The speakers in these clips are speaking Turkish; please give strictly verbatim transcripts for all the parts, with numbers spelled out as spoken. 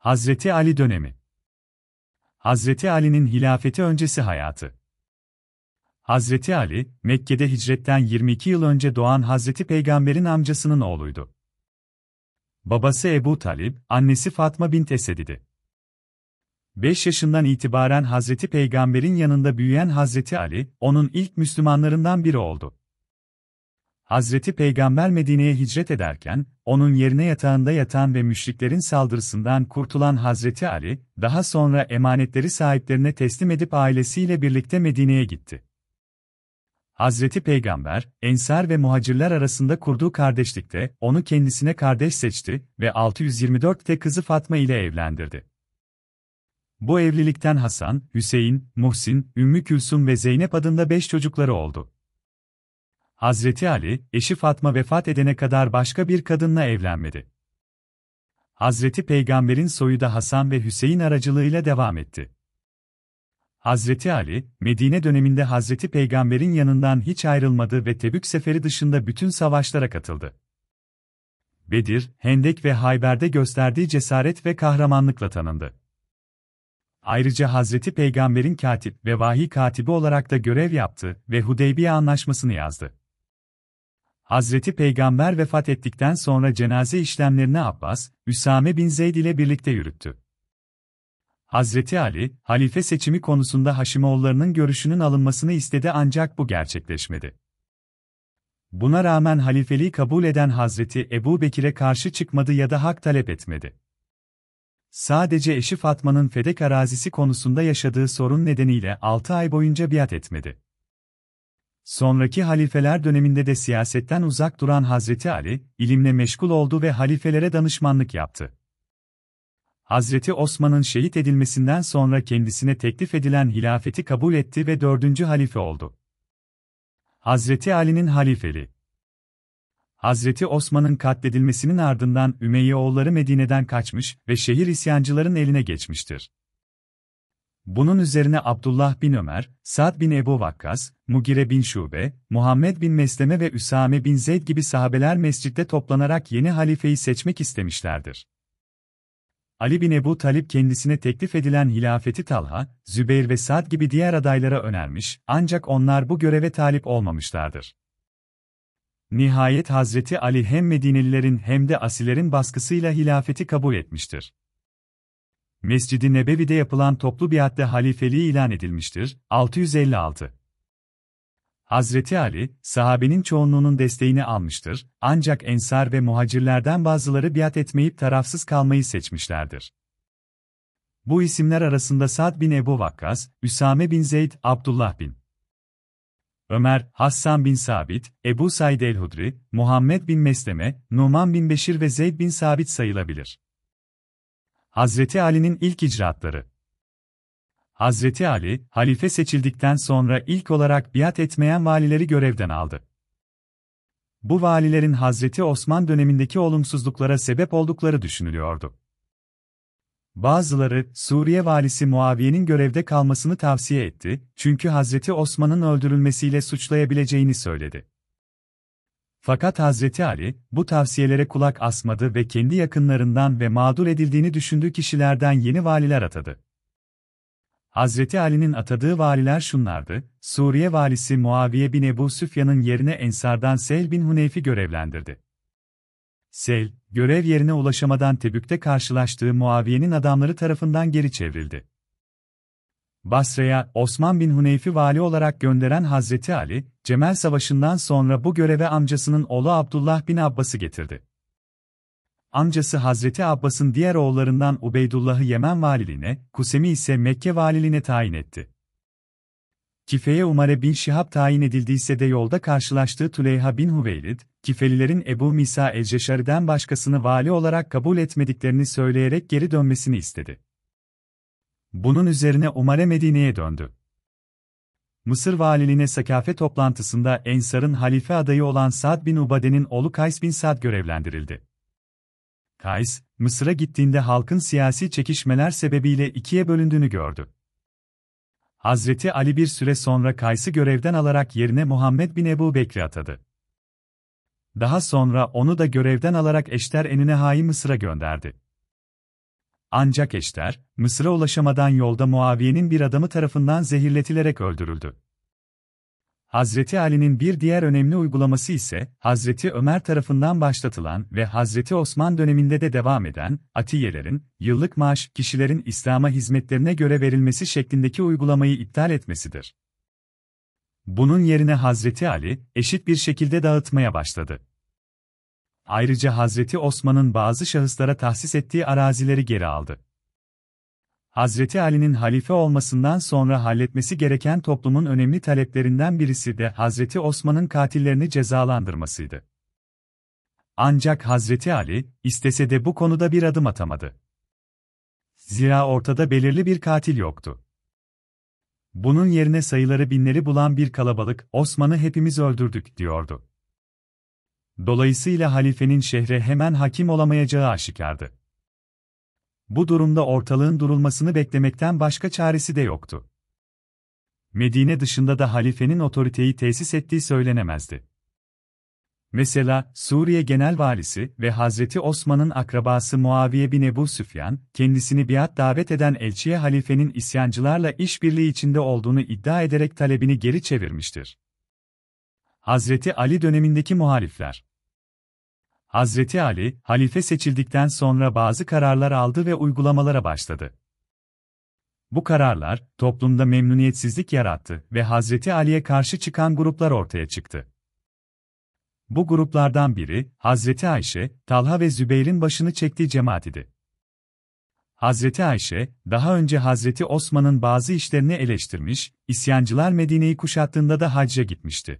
Hazreti Ali dönemi. Hazreti Ali'nin hilafeti öncesi hayatı. Hazreti Ali, Mekke'de hicretten yirmi iki yıl önce doğan Hazreti Peygamber'in amcasının oğluydu. Babası Ebu Talib, annesi Fatma bint Esed idi. beş yaşından itibaren Hazreti Peygamber'in yanında büyüyen Hazreti Ali, onun ilk Müslümanlarından biri oldu. Hazreti Peygamber Medine'ye hicret ederken, onun yerine yatağında yatan ve müşriklerin saldırısından kurtulan Hazreti Ali, daha sonra emanetleri sahiplerine teslim edip ailesiyle birlikte Medine'ye gitti. Hazreti Peygamber, Ensar ve Muhacirler arasında kurduğu kardeşlikte, onu kendisine kardeş seçti ve altı yüz yirmi dörtte kızı Fatma ile evlendirdi. Bu evlilikten Hasan, Hüseyin, Muhsin, Ümmü Külsum ve Zeynep adında beş çocukları oldu. Hazreti Ali, eşi Fatma vefat edene kadar başka bir kadınla evlenmedi. Hazreti Peygamber'in soyu da Hasan ve Hüseyin aracılığıyla devam etti. Hazreti Ali, Medine döneminde Hazreti Peygamber'in yanından hiç ayrılmadı ve Tebük seferi dışında bütün savaşlara katıldı. Bedir, Hendek ve Hayber'de gösterdiği cesaret ve kahramanlıkla tanındı. Ayrıca Hazreti Peygamber'in katip ve vahiy katibi olarak da görev yaptı ve Hudeybiye Anlaşması'nı yazdı. Hazreti Peygamber vefat ettikten sonra cenaze işlemlerini Abbas, Üsame bin Zeyd ile birlikte yürüttü. Hazreti Ali, halife seçimi konusunda Haşimoğullarının görüşünün alınmasını istedi ancak bu gerçekleşmedi. Buna rağmen halifeliği kabul eden Hazreti Ebu Bekir'e karşı çıkmadı ya da hak talep etmedi. Sadece eşi Fatma'nın Fedek arazisi konusunda yaşadığı sorun nedeniyle altı ay boyunca biat etmedi. Sonraki halifeler döneminde de siyasetten uzak duran Hazreti Ali, ilimle meşgul oldu ve halifelere danışmanlık yaptı. Hazreti Osman'ın şehit edilmesinden sonra kendisine teklif edilen hilafeti kabul etti ve dördüncü halife oldu. Hazreti Ali'nin halifeliği. Hazreti Osman'ın katledilmesinin ardından Ümeyyeoğulları Medine'den kaçmış ve şehir isyancıların eline geçmiştir. Bunun üzerine Abdullah bin Ömer, Sa'd bin Ebu Vakkas, Mugire bin Şube, Muhammed bin Mesleme ve Üsame bin Zeyd gibi sahabeler mescitte toplanarak yeni halifeyi seçmek istemişlerdir. Ali bin Ebu Talib kendisine teklif edilen hilafeti Talha, Zübeyir ve Sa'd gibi diğer adaylara önermiş, ancak onlar bu göreve talip olmamışlardır. Nihayet Hazreti Ali hem Medinelilerin hem de Asilerin baskısıyla hilafeti kabul etmiştir. Mescid-i Nebevi'de yapılan toplu biatle halifeliği ilan edilmiştir. altı yüz elli altı. Hazreti Ali, sahabenin çoğunluğunun desteğini almıştır, ancak Ensar ve Muhacirlerden bazıları biat etmeyip tarafsız kalmayı seçmişlerdir. Bu isimler arasında Sa'd bin Ebu Vakkas, Üsame bin Zeyd, Abdullah bin Ömer, Hassan bin Sabit, Ebu Said el-Hudri, Muhammed bin Mesleme, Numan bin Beşir ve Zeyd bin Sabit sayılabilir. Hazreti Ali'nin ilk icraatları. Hazreti Ali, halife seçildikten sonra ilk olarak biat etmeyen valileri görevden aldı. Bu valilerin Hazreti Osman dönemindeki olumsuzluklara sebep oldukları düşünülüyordu. Bazıları, Suriye valisi Muaviye'nin görevde kalmasını tavsiye etti, çünkü Hazreti Osman'ın öldürülmesiyle suçlayabileceğini söyledi. Fakat Hazreti Ali, bu tavsiyelere kulak asmadı ve kendi yakınlarından ve mağdur edildiğini düşündüğü kişilerden yeni valiler atadı. Hazreti Ali'nin atadığı valiler şunlardı: Suriye valisi Muaviye bin Ebu Süfyan'ın yerine Ensardan Sehl bin Huneyf'i görevlendirdi. Sehl, görev yerine ulaşamadan Tebük'te karşılaştığı Muaviye'nin adamları tarafından geri çevrildi. Basra'ya Osman bin Huneyf'i vali olarak gönderen Hazreti Ali, Cemel Savaşı'ndan sonra bu göreve amcasının oğlu Abdullah bin Abbas'ı getirdi. Amcası Hazreti Abbas'ın diğer oğullarından Ubeydullah'ı Yemen valiliğine, Kusemi ise Mekke valiliğine tayin etti. Kife'ye Umare bin Şihab tayin edildiyse de yolda karşılaştığı Tuleyha bin Hüveylid, Kifelilerin Ebu Misa el-Ceşari'den başkasını vali olarak kabul etmediklerini söyleyerek geri dönmesini istedi. Bunun üzerine Umare Medine'ye döndü. Mısır valiliğine Sakafe toplantısında Ensar'ın halife adayı olan Sa'd bin Ubade'nin oğlu Kays bin Sa'd görevlendirildi. Kays, Mısır'a gittiğinde halkın siyasi çekişmeler sebebiyle ikiye bölündüğünü gördü. Hazreti Ali bir süre sonra Kays'ı görevden alarak yerine Muhammed bin Ebu Bekir'i atadı. Daha sonra onu da görevden alarak Eşter Enüneha'yı Mısır'a gönderdi. Ancak eşler, Mısır'a ulaşamadan yolda Muaviye'nin bir adamı tarafından zehirletilerek öldürüldü. Hazreti Ali'nin bir diğer önemli uygulaması ise, Hazreti Ömer tarafından başlatılan ve Hazreti Osman döneminde de devam eden, atiyelerin, yıllık maaş, kişilerin İslam'a hizmetlerine göre verilmesi şeklindeki uygulamayı iptal etmesidir. Bunun yerine Hazreti Ali, eşit bir şekilde dağıtmaya başladı. Ayrıca Hazreti Osman'ın bazı şahıslara tahsis ettiği arazileri geri aldı. Hazreti Ali'nin halife olmasından sonra halletmesi gereken toplumun önemli taleplerinden birisi de Hazreti Osman'ın katillerini cezalandırmasıydı. Ancak Hazreti Ali, istese de bu konuda bir adım atamadı. Zira ortada belirli bir katil yoktu. Bunun yerine sayıları binleri bulan bir kalabalık, Osman'ı hepimiz öldürdük, diyordu. Dolayısıyla halifenin şehre hemen hakim olamayacağı aşikardı. Bu durumda ortalığın durulmasını beklemekten başka çaresi de yoktu. Medine dışında da halifenin otoriteyi tesis ettiği söylenemezdi. Mesela, Suriye Genel Valisi ve Hazreti Osman'ın akrabası Muaviye bin Ebu Süfyan, kendisini biat davet eden elçiye halifenin isyancılarla işbirliği içinde olduğunu iddia ederek talebini geri çevirmiştir. Hazreti Ali dönemindeki muhalifler. Hazreti Ali, halife seçildikten sonra bazı kararlar aldı ve uygulamalara başladı. Bu kararlar, toplumda memnuniyetsizlik yarattı ve Hazreti Ali'ye karşı çıkan gruplar ortaya çıktı. Bu gruplardan biri, Hazreti Ayşe, Talha ve Zübeyir'in başını çektiği cemaat idi. Hazreti Ayşe, daha önce Hazreti Osman'ın bazı işlerini eleştirmiş, isyancılar Medine'yi kuşattığında da hacca gitmişti.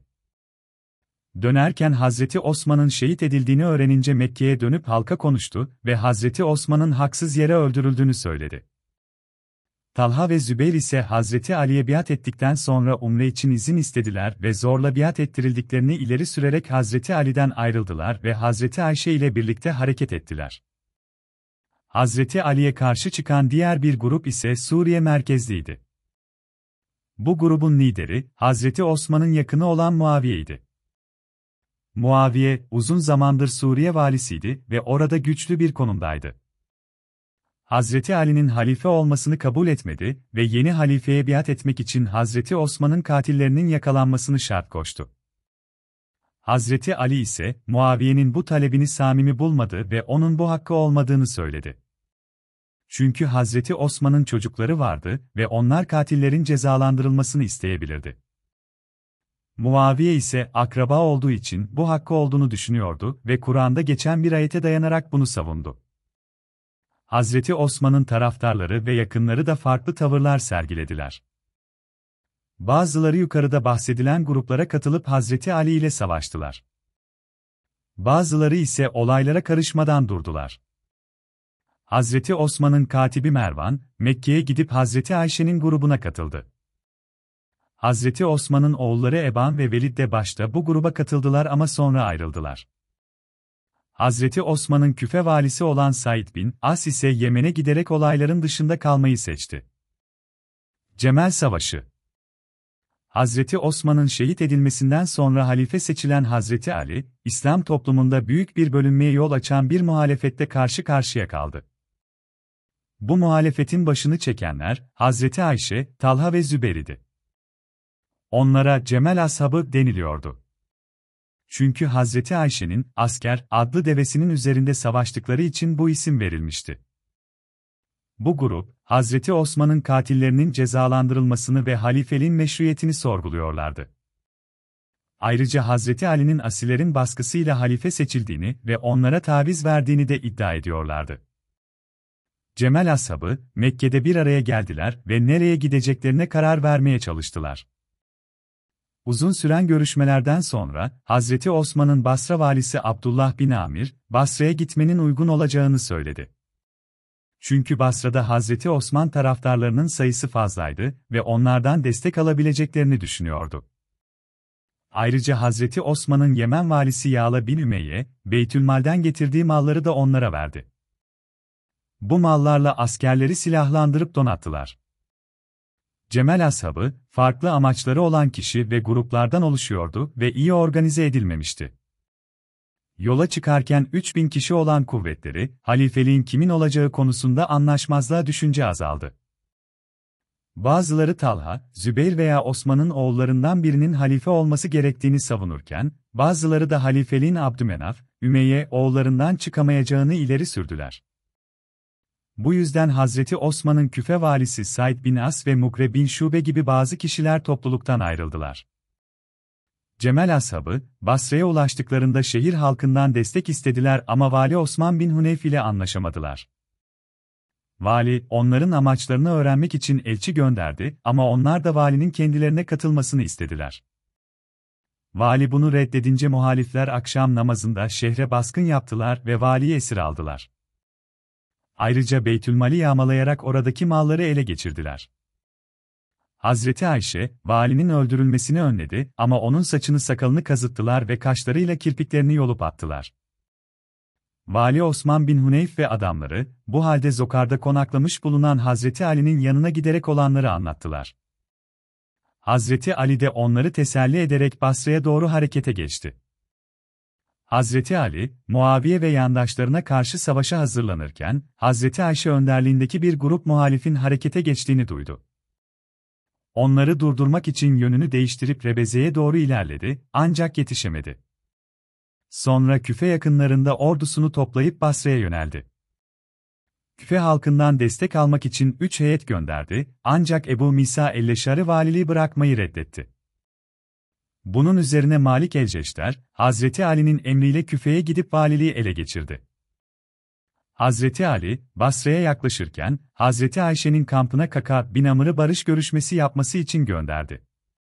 Dönerken Hazreti Osman'ın şehit edildiğini öğrenince Mekke'ye dönüp halka konuştu ve Hazreti Osman'ın haksız yere öldürüldüğünü söyledi. Talha ve Zübeyir ise Hazreti Ali'ye biat ettikten sonra umre için izin istediler ve zorla biat ettirildiklerini ileri sürerek Hazreti Ali'den ayrıldılar ve Hazreti Ayşe ile birlikte hareket ettiler. Hazreti Ali'ye karşı çıkan diğer bir grup ise Suriye merkezliydi. Bu grubun lideri, Hazreti Osman'ın yakını olan Muaviye'ydi. Muaviye, uzun zamandır Suriye valisiydi ve orada güçlü bir konumdaydı. Hazreti Ali'nin halife olmasını kabul etmedi ve yeni halifeye biat etmek için Hazreti Osman'ın katillerinin yakalanmasını şart koştu. Hazreti Ali ise, Muaviye'nin bu talebini samimi bulmadı ve onun bu hakkı olmadığını söyledi. Çünkü Hazreti Osman'ın çocukları vardı ve onlar katillerin cezalandırılmasını isteyebilirdi. Muaviye ise akraba olduğu için bu hakkı olduğunu düşünüyordu ve Kur'an'da geçen bir ayete dayanarak bunu savundu. Hazreti Osman'ın taraftarları ve yakınları da farklı tavırlar sergilediler. Bazıları yukarıda bahsedilen gruplara katılıp Hazreti Ali ile savaştılar. Bazıları ise olaylara karışmadan durdular. Hazreti Osman'ın katibi Mervan, Mekke'ye gidip Hazreti Ayşe'nin grubuna katıldı. Hazreti Osman'ın oğulları Eban ve Velid de başta bu gruba katıldılar ama sonra ayrıldılar. Hazreti Osman'ın küfe valisi olan Said bin As ise Yemen'e giderek olayların dışında kalmayı seçti. Cemel Savaşı. Hazreti Osman'ın şehit edilmesinden sonra halife seçilen Hazreti Ali, İslam toplumunda büyük bir bölünmeye yol açan bir muhalefette karşı karşıya kaldı. Bu muhalefetin başını çekenler, Hazreti Ayşe, Talha ve Zübeyir idi. Onlara Cemel Ashabı deniliyordu. Çünkü Hazreti Ayşe'nin Asker adlı devesinin üzerinde savaştıkları için bu isim verilmişti. Bu grup, Hazreti Osman'ın katillerinin cezalandırılmasını ve halifeliğin meşruiyetini sorguluyorlardı. Ayrıca Hazreti Ali'nin asilerin baskısıyla halife seçildiğini ve onlara taviz verdiğini de iddia ediyorlardı. Cemel Ashabı, Mekke'de bir araya geldiler ve nereye gideceklerine karar vermeye çalıştılar. Uzun süren görüşmelerden sonra, Hazreti Osman'ın Basra valisi Abdullah bin Amir, Basra'ya gitmenin uygun olacağını söyledi. Çünkü Basra'da Hazreti Osman taraftarlarının sayısı fazlaydı ve onlardan destek alabileceklerini düşünüyordu. Ayrıca Hazreti Osman'ın Yemen valisi Yağla bin Ümeyye, Beytülmal'den getirdiği malları da onlara verdi. Bu mallarla askerleri silahlandırıp donattılar. Cemel Ashabı, farklı amaçları olan kişi ve gruplardan oluşuyordu ve iyi organize edilmemişti. Yola çıkarken üç bin kişi olan kuvvetleri, halifeliğin kimin olacağı konusunda anlaşmazlığa düşünce azaldı. Bazıları Talha, Zübeyr veya Osman'ın oğullarından birinin halife olması gerektiğini savunurken, bazıları da halifeliğin Abdümenaf, Ümeyye oğullarından çıkamayacağını ileri sürdüler. Bu yüzden Hazreti Osman'ın Küfe valisi Said bin As ve Mukre bin Şube gibi bazı kişiler topluluktan ayrıldılar. Cemel ashabı, Basra'ya ulaştıklarında şehir halkından destek istediler ama Vali Osman bin Huneyf ile anlaşamadılar. Vali, onların amaçlarını öğrenmek için elçi gönderdi ama onlar da valinin kendilerine katılmasını istediler. Vali bunu reddedince muhalifler akşam namazında şehre baskın yaptılar ve valiyi esir aldılar. Ayrıca Beytülmal'i yağmalayarak oradaki malları ele geçirdiler. Hazreti Ayşe, valinin öldürülmesini önledi ama onun saçını sakalını kazıttılar ve kaşlarıyla kirpiklerini yolup attılar. Vali Osman bin Huneyf ve adamları, bu halde Zokar'da konaklamış bulunan Hazreti Ali'nin yanına giderek olanları anlattılar. Hazreti Ali de onları teselli ederek Basra'ya doğru harekete geçti. Hazreti Ali, Muaviye ve yandaşlarına karşı savaşa hazırlanırken, Hazreti Ayşe önderliğindeki bir grup muhalifin harekete geçtiğini duydu. Onları durdurmak için yönünü değiştirip Rebeze'ye doğru ilerledi, ancak yetişemedi. Sonra Küfe yakınlarında ordusunu toplayıp Basra'ya yöneldi. Küfe halkından destek almak için üç heyet gönderdi, ancak Ebu Misa el-Leşari valiliği bırakmayı reddetti. Bunun üzerine Malik el-Ceşter, Hazreti Ali'nin emriyle Küfe'ye gidip valiliği ele geçirdi. Hazreti Ali, Basra'ya yaklaşırken, Hazreti Ayşe'nin kampına Kaka bin Amr'ı barış görüşmesi yapması için gönderdi.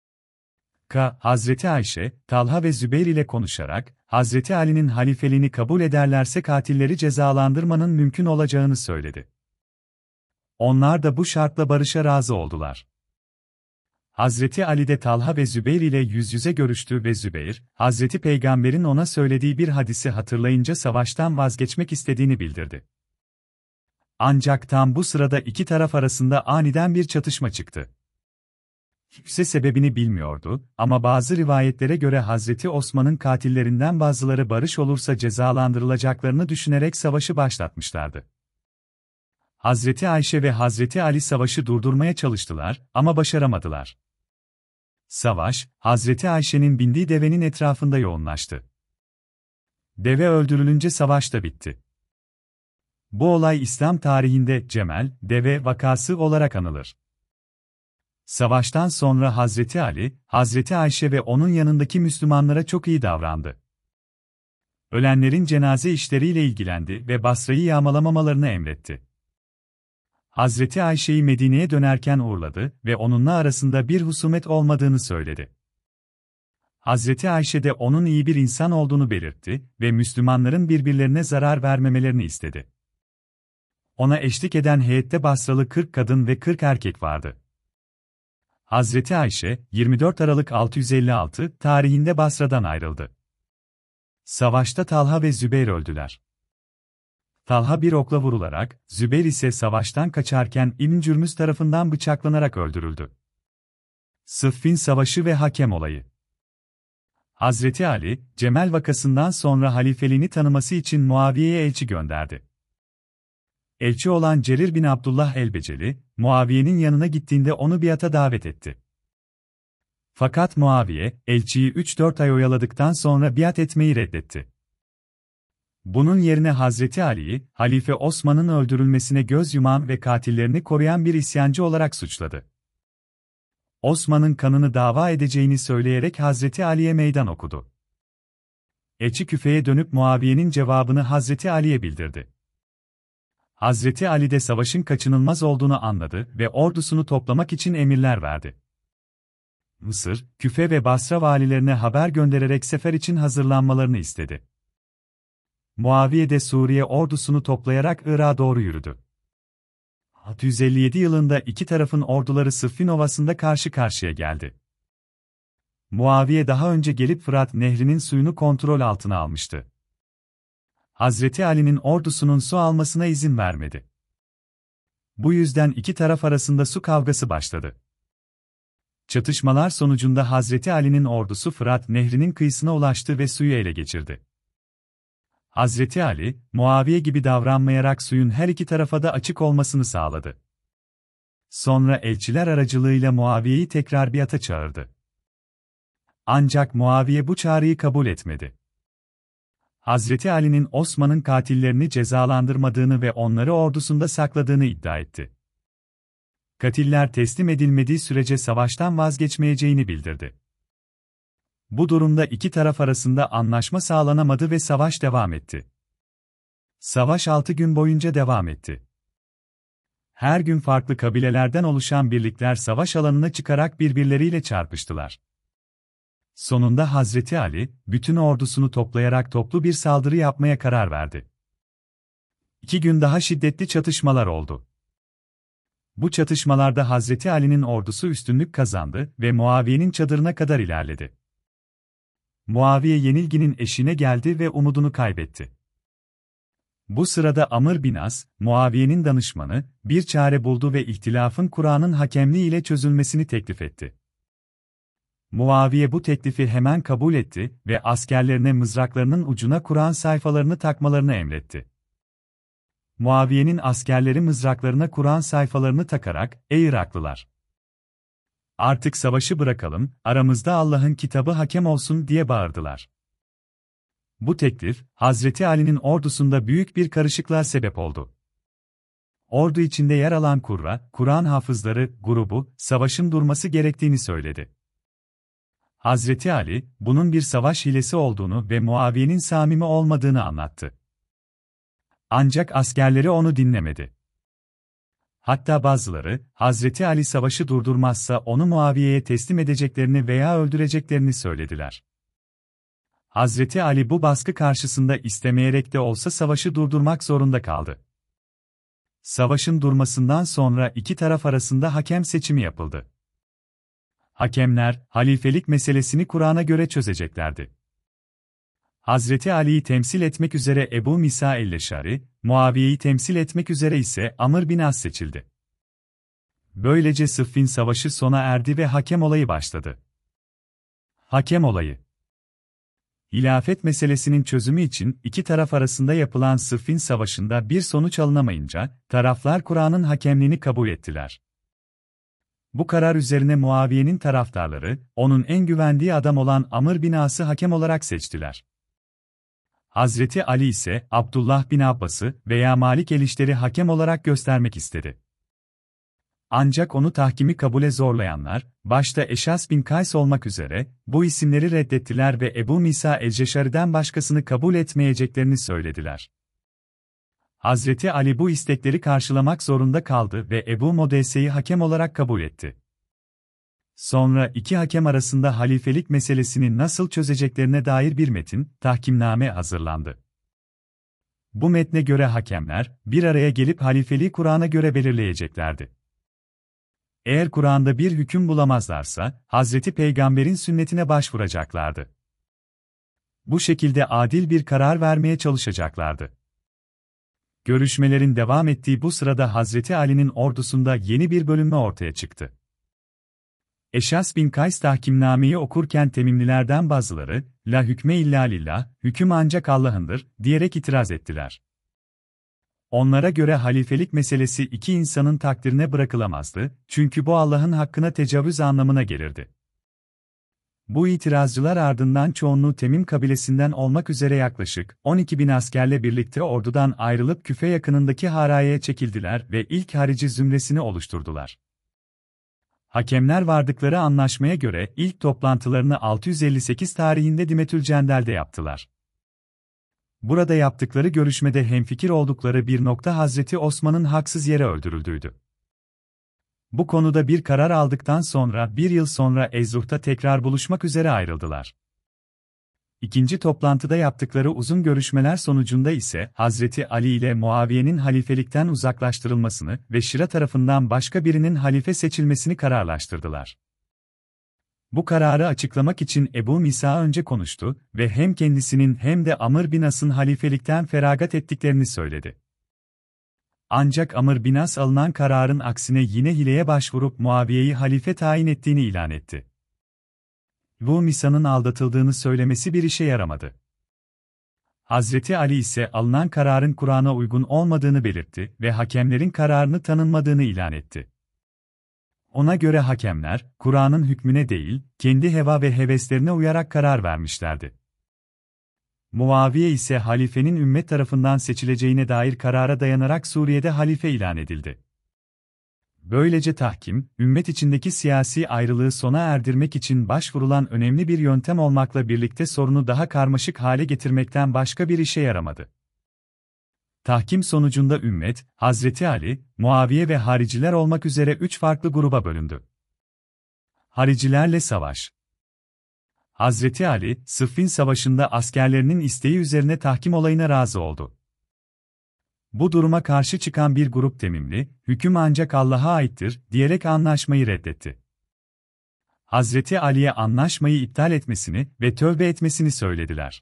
Ka, Hazreti Ayşe, Talha ve Zübeyr ile konuşarak, Hazreti Ali'nin halifeliğini kabul ederlerse katilleri cezalandırmanın mümkün olacağını söyledi. Onlar da bu şartla barışa razı oldular. Hazreti Ali de Talha ve Zübeyr ile yüz yüze görüştü ve Zübeyr, Hazreti Peygamber'in ona söylediği bir hadisi hatırlayınca savaştan vazgeçmek istediğini bildirdi. Ancak tam bu sırada iki taraf arasında aniden bir çatışma çıktı. Kimse sebebini bilmiyordu ama bazı rivayetlere göre Hazreti Osman'ın katillerinden bazıları barış olursa cezalandırılacaklarını düşünerek savaşı başlatmışlardı. Hazreti Ayşe ve Hazreti Ali savaşı durdurmaya çalıştılar ama başaramadılar. Savaş, Hazreti Ayşe'nin bindiği devenin etrafında yoğunlaştı. Deve öldürülünce savaş da bitti. Bu olay İslam tarihinde Cemel, deve vakası olarak anılır. Savaştan sonra Hazreti Ali, Hazreti Ayşe ve onun yanındaki Müslümanlara çok iyi davrandı. Ölenlerin cenaze işleriyle ilgilendi ve Basra'yı yağmalamamalarını emretti. Hazreti Ayşe'yi Medine'ye dönerken uğurladı ve onunla arasında bir husumet olmadığını söyledi. Hazreti Ayşe de onun iyi bir insan olduğunu belirtti ve Müslümanların birbirlerine zarar vermemelerini istedi. Ona eşlik eden heyette Basralı kırk kadın ve kırk erkek vardı. Hazreti Ayşe, yirmi dört Aralık altı yüz elli altı tarihinde Basra'dan ayrıldı. Savaşta Talha ve Zübeyr öldüler. Talha bir okla vurularak, Zübeyr ise savaştan kaçarken İbn Cürmüz tarafından bıçaklanarak öldürüldü. Sıffin Savaşı ve hakem olayı. Hazreti Ali, Cemel vakasından sonra halifeliğini tanıması için Muaviye'ye elçi gönderdi. Elçi olan Cerir bin Abdullah el-Beceli, Muaviye'nin yanına gittiğinde onu biata davet etti. Fakat Muaviye, elçiyi üç dört ay oyaladıktan sonra biat etmeyi reddetti. Bunun yerine Hazreti Ali'yi, Halife Osman'ın öldürülmesine göz yuman ve katillerini koruyan bir isyancı olarak suçladı. Osman'ın kanını dava edeceğini söyleyerek Hazreti Ali'ye meydan okudu. Elçi Küfe'ye dönüp Muaviye'nin cevabını Hazreti Ali'ye bildirdi. Hazreti Ali de savaşın kaçınılmaz olduğunu anladı ve ordusunu toplamak için emirler verdi. Mısır, Küfe ve Basra valilerine haber göndererek sefer için hazırlanmalarını istedi. Muaviye de Suriye ordusunu toplayarak Irak'a doğru yürüdü. altı yüz elli yedi yılında iki tarafın orduları Sıffin Ovası'nda karşı karşıya geldi. Muaviye daha önce gelip Fırat Nehri'nin suyunu kontrol altına almıştı. Hazreti Ali'nin ordusunun su almasına izin vermedi. Bu yüzden iki taraf arasında su kavgası başladı. Çatışmalar sonucunda Hazreti Ali'nin ordusu Fırat Nehri'nin kıyısına ulaştı ve suyu ele geçirdi. Hazreti Ali, Muaviye gibi davranmayarak suyun her iki tarafa da açık olmasını sağladı. Sonra elçiler aracılığıyla Muaviye'yi tekrar biata çağırdı. Ancak Muaviye bu çağrıyı kabul etmedi. Hazreti Ali'nin Osman'ın katillerini cezalandırmadığını ve onları ordusunda sakladığını iddia etti. Katiller teslim edilmediği sürece savaştan vazgeçmeyeceğini bildirdi. Bu durumda iki taraf arasında anlaşma sağlanamadı ve savaş devam etti. Savaş altı gün boyunca devam etti. Her gün farklı kabilelerden oluşan birlikler savaş alanına çıkarak birbirleriyle çarpıştılar. Sonunda Hazreti Ali, bütün ordusunu toplayarak toplu bir saldırı yapmaya karar verdi. İki gün daha şiddetli çatışmalar oldu. Bu çatışmalarda Hazreti Ali'nin ordusu üstünlük kazandı ve Muaviye'nin çadırına kadar ilerledi. Muaviye yenilginin eşiğine geldi ve umudunu kaybetti. Bu sırada Amr bin As, Muaviye'nin danışmanı, bir çare buldu ve ihtilafın Kur'an'ın hakemliği ile çözülmesini teklif etti. Muaviye bu teklifi hemen kabul etti ve askerlerine mızraklarının ucuna Kur'an sayfalarını takmalarını emretti. Muaviye'nin askerleri mızraklarına Kur'an sayfalarını takarak, "Ey Iraklılar! Artık savaşı bırakalım, aramızda Allah'ın kitabı hakem olsun" diye bağırdılar. Bu teklif, Hazreti Ali'nin ordusunda büyük bir karışıklığa sebep oldu. Ordu içinde yer alan Kurra, Kur'an hafızları grubu, savaşın durması gerektiğini söyledi. Hazreti Ali, bunun bir savaş hilesi olduğunu ve Muaviye'nin samimi olmadığını anlattı. Ancak askerleri onu dinlemedi. Hatta bazıları, Hazreti Ali savaşı durdurmazsa onu Muaviye'ye teslim edeceklerini veya öldüreceklerini söylediler. Hazreti Ali bu baskı karşısında istemeyerek de olsa savaşı durdurmak zorunda kaldı. Savaşın durmasından sonra iki taraf arasında hakem seçimi yapıldı. Hakemler, halifelik meselesini Kur'an'a göre çözeceklerdi. Hazreti Ali'yi temsil etmek üzere Ebu Misa el-Leşari, Muaviye'yi temsil etmek üzere ise Amr bin As seçildi. Böylece Sıffin Savaşı sona erdi ve hakem olayı başladı. Hakem olayı. Hilafet meselesinin çözümü için iki taraf arasında yapılan Sıffin Savaşı'nda bir sonuç alınamayınca, taraflar Kur'an'ın hakemliğini kabul ettiler. Bu karar üzerine Muaviye'nin taraftarları, onun en güvendiği adam olan Amr bin As'ı hakem olarak seçtiler. Hazreti Ali ise Abdullah bin Abbas'ı veya Malik el-İşter'i hakem olarak göstermek istedi. Ancak onu tahkimi kabule zorlayanlar, başta Eşas bin Kays olmak üzere, bu isimleri reddettiler ve Ebu Misa el-Ceşari'den başkasını kabul etmeyeceklerini söylediler. Hazreti Ali bu istekleri karşılamak zorunda kaldı ve Ebu Modese'yi hakem olarak kabul etti. Sonra iki hakem arasında halifelik meselesini nasıl çözeceklerine dair bir metin, tahkimname hazırlandı. Bu metne göre hakemler, bir araya gelip halifeliği Kur'an'a göre belirleyeceklerdi. Eğer Kur'an'da bir hüküm bulamazlarsa, Hazreti Peygamber'in sünnetine başvuracaklardı. Bu şekilde adil bir karar vermeye çalışacaklardı. Görüşmelerin devam ettiği bu sırada Hazreti Ali'nin ordusunda yeni bir bölünme ortaya çıktı. Eşas bin Kays tahkimnameyi okurken Temimlilerden bazıları, "La hükme illa lillah, hüküm ancak Allah'ındır" diyerek itiraz ettiler. Onlara göre halifelik meselesi iki insanın takdirine bırakılamazdı, çünkü bu Allah'ın hakkına tecavüz anlamına gelirdi. Bu itirazcılar ardından çoğunluğu Temim kabilesinden olmak üzere yaklaşık on iki bin askerle birlikte ordudan ayrılıp Küfe yakınındaki Hara'ya çekildiler ve ilk harici zümresini oluşturdular. Hakemler vardıkları anlaşmaya göre ilk toplantılarını altı yüz elli sekiz tarihinde Dimetülcendel'de yaptılar. Burada yaptıkları görüşmede hemfikir oldukları bir nokta Hazreti Osman'ın haksız yere öldürüldüğüydü. Bu konuda bir karar aldıktan sonra bir yıl sonra Ezruh'ta tekrar buluşmak üzere ayrıldılar. İkinci toplantıda yaptıkları uzun görüşmeler sonucunda ise Hazreti Ali ile Muaviye'nin halifelikten uzaklaştırılmasını ve Şira tarafından başka birinin halife seçilmesini kararlaştırdılar. Bu kararı açıklamak için Ebu Misa önce konuştu ve hem kendisinin hem de Amr bin As'ın halifelikten feragat ettiklerini söyledi. Ancak Amr bin As alınan kararın aksine yine hileye başvurup Muaviye'yi halife tayin ettiğini ilan etti. Ebu Misa'nın aldatıldığını söylemesi bir işe yaramadı. Hazreti Ali ise alınan kararın Kur'an'a uygun olmadığını belirtti ve hakemlerin kararını tanınmadığını ilan etti. Ona göre hakemler, Kur'an'ın hükmüne değil, kendi heva ve heveslerine uyarak karar vermişlerdi. Muaviye ise halifenin ümmet tarafından seçileceğine dair karara dayanarak Suriye'de halife ilan edildi. Böylece tahkim, ümmet içindeki siyasi ayrılığı sona erdirmek için başvurulan önemli bir yöntem olmakla birlikte sorunu daha karmaşık hale getirmekten başka bir işe yaramadı. Tahkim sonucunda ümmet, Hazreti Ali, Muaviye ve hariciler olmak üzere üç farklı gruba bölündü. Haricilerle savaş. Hazreti Ali, Sıffin Savaşı'nda askerlerinin isteği üzerine tahkim olayına razı oldu. Bu duruma karşı çıkan bir grup temimli, hüküm ancak Allah'a aittir, diyerek anlaşmayı reddetti. Hazreti Ali'ye anlaşmayı iptal etmesini ve tövbe etmesini söylediler.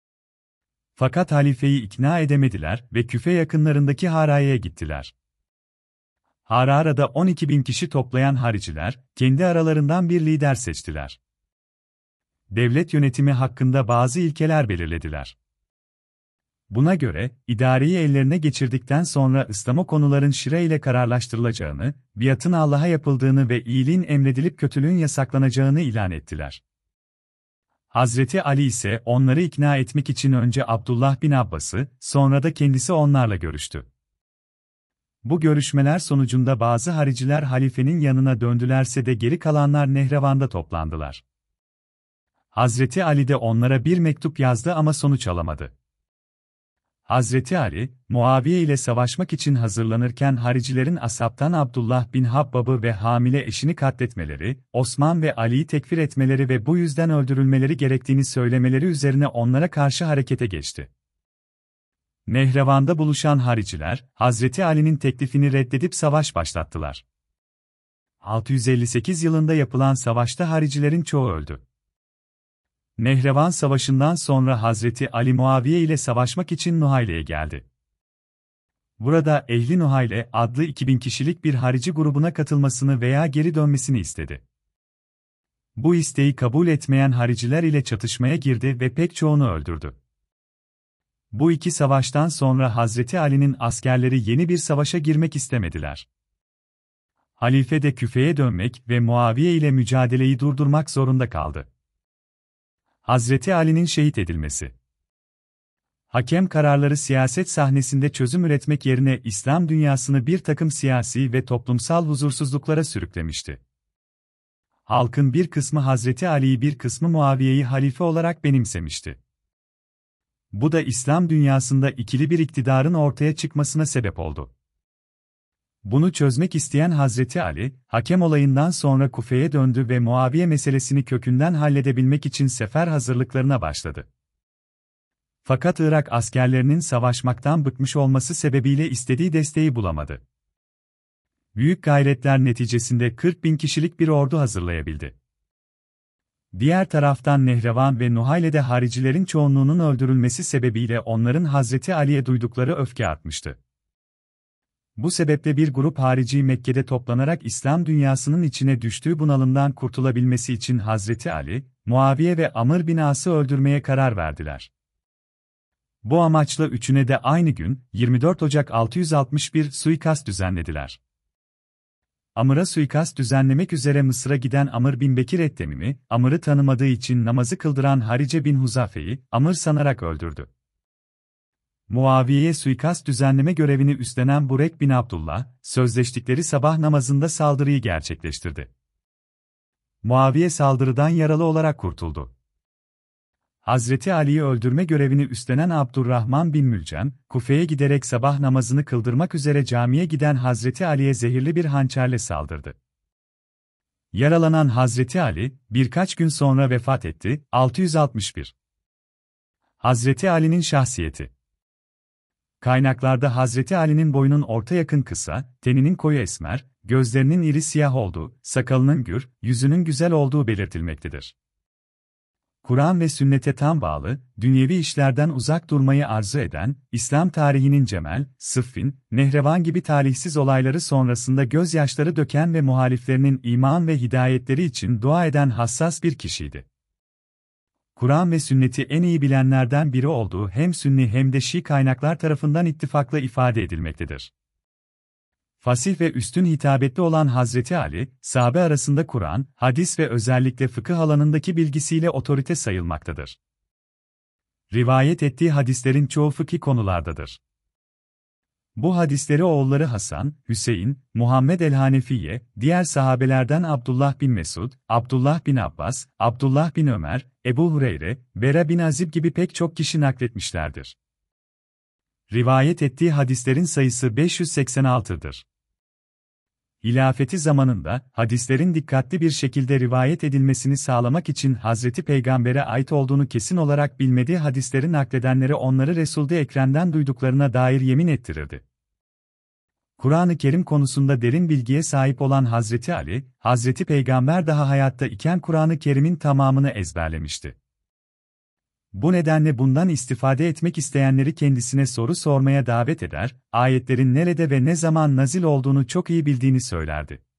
Fakat halifeyi ikna edemediler ve Küfe yakınlarındaki Harara'ya gittiler. Harara'da on iki bin kişi toplayan hariciler, kendi aralarından bir lider seçtiler. Devlet yönetimi hakkında bazı ilkeler belirlediler. Buna göre, idareyi ellerine geçirdikten sonra İslam'a konuların şire ile kararlaştırılacağını, biatın Allah'a yapıldığını ve iyiliğin emredilip kötülüğün yasaklanacağını ilan ettiler. Hazreti Ali ise onları ikna etmek için önce Abdullah bin Abbas'ı, sonra da kendisi onlarla görüştü. Bu görüşmeler sonucunda bazı hariciler halifenin yanına döndülerse de geri kalanlar Nehrevan'da toplandılar. Hazreti Ali de onlara bir mektup yazdı ama sonuç alamadı. Hazreti Ali, Muaviye ile savaşmak için hazırlanırken haricilerin ashabtan Abdullah bin Habbab'ı ve hamile eşini katletmeleri, Osman ve Ali'yi tekfir etmeleri ve bu yüzden öldürülmeleri gerektiğini söylemeleri üzerine onlara karşı harekete geçti. Nehrevan'da buluşan hariciler, Hazreti Ali'nin teklifini reddedip savaş başlattılar. altı yüz elli sekiz yılında yapılan savaşta haricilerin çoğu öldü. Nehrevan Savaşı'ndan sonra Hazreti Ali Muaviye ile savaşmak için Nuhayle'ye geldi. Burada Ehli Nuhayle adlı iki bin kişilik bir harici grubuna katılmasını veya geri dönmesini istedi. Bu isteği kabul etmeyen hariciler ile çatışmaya girdi ve pek çoğunu öldürdü. Bu iki savaştan sonra Hazreti Ali'nin askerleri yeni bir savaşa girmek istemediler. Halife de Küfe'ye dönmek ve Muaviye ile mücadeleyi durdurmak zorunda kaldı. Hazreti Ali'nin şehit edilmesi. Hakem kararları siyaset sahnesinde çözüm üretmek yerine İslam dünyasını bir takım siyasi ve toplumsal huzursuzluklara sürüklemişti. Halkın bir kısmı Hazreti Ali'yi, bir kısmı Muaviye'yi halife olarak benimsemişti. Bu da İslam dünyasında ikili bir iktidarın ortaya çıkmasına sebep oldu. Bunu çözmek isteyen Hazreti Ali, hakem olayından sonra Kufe'ye döndü ve Muaviye meselesini kökünden halledebilmek için sefer hazırlıklarına başladı. Fakat Irak askerlerinin savaşmaktan bıkmış olması sebebiyle istediği desteği bulamadı. Büyük gayretler neticesinde kırk bin kişilik bir ordu hazırlayabildi. Diğer taraftan Nehrevan ve Nuhayle'de haricilerin çoğunluğunun öldürülmesi sebebiyle onların Hazreti Ali'ye duydukları öfke artmıştı. Bu sebeple bir grup harici Mekke'de toplanarak İslam dünyasının içine düştüğü bunalımdan kurtulabilmesi için Hazreti Ali, Muaviye ve Amr bin As'ı öldürmeye karar verdiler. Bu amaçla üçüne de aynı gün, yirmi dört Ocak altı yüz altmış bir suikast düzenlediler. Amr'a suikast düzenlemek üzere Mısır'a giden Amr bin Bekir Ettemimi, Amr'ı tanımadığı için namazı kıldıran Harice bin Huzafe'yi, Amr sanarak öldürdü. Muaviye'ye suikast düzenleme görevini üstlenen Burek bin Abdullah, sözleştikleri sabah namazında saldırıyı gerçekleştirdi. Muaviye saldırıdan yaralı olarak kurtuldu. Hazreti Ali'yi öldürme görevini üstlenen Abdurrahman bin Mülcem, Kufe'ye giderek sabah namazını kıldırmak üzere camiye giden Hazreti Ali'ye zehirli bir hançerle saldırdı. Yaralanan Hazreti Ali, birkaç gün sonra vefat etti. altı yüz altmış bir. Hazreti Ali'nin şahsiyeti. Kaynaklarda Hazreti Ali'nin boyunun orta yakın kısa, teninin koyu esmer, gözlerinin iri siyah olduğu, sakalının gür, yüzünün güzel olduğu belirtilmektedir. Kur'an ve sünnete tam bağlı, dünyevi işlerden uzak durmayı arzu eden, İslam tarihinin Cemel, Sıffin, Nehrevan gibi talihsiz olayları sonrasında gözyaşları döken ve muhaliflerinin iman ve hidayetleri için dua eden hassas bir kişiydi. Kur'an ve sünneti en iyi bilenlerden biri olduğu hem Sünni hem de Şii kaynaklar tarafından ittifakla ifade edilmektedir. Fasih ve üstün hitabetli olan Hazreti Ali, sahabe arasında Kur'an, hadis ve özellikle fıkıh alanındaki bilgisiyle otorite sayılmaktadır. Rivayet ettiği hadislerin çoğu fıkhi konulardadır. Bu hadisleri oğulları Hasan, Hüseyin, Muhammed el-Hanefiye, diğer sahabelerden Abdullah bin Mesud, Abdullah bin Abbas, Abdullah bin Ömer, Ebu Hureyre, Bera bin Azib gibi pek çok kişi nakletmişlerdir. Rivayet ettiği hadislerin sayısı beş yüz seksen altı'dır. Hilafeti zamanında, hadislerin dikkatli bir şekilde rivayet edilmesini sağlamak için Hazreti Peygamber'e ait olduğunu kesin olarak bilmediği hadisleri nakledenlere onları Resul-i Ekrem'den duyduklarına dair yemin ettirirdi. Kur'an-ı Kerim konusunda derin bilgiye sahip olan Hazreti Ali, Hazreti Peygamber daha hayatta iken Kur'an-ı Kerim'in tamamını ezberlemişti. Bu nedenle bundan istifade etmek isteyenleri kendisine soru sormaya davet eder, ayetlerin nerede ve ne zaman nazil olduğunu çok iyi bildiğini söylerdi.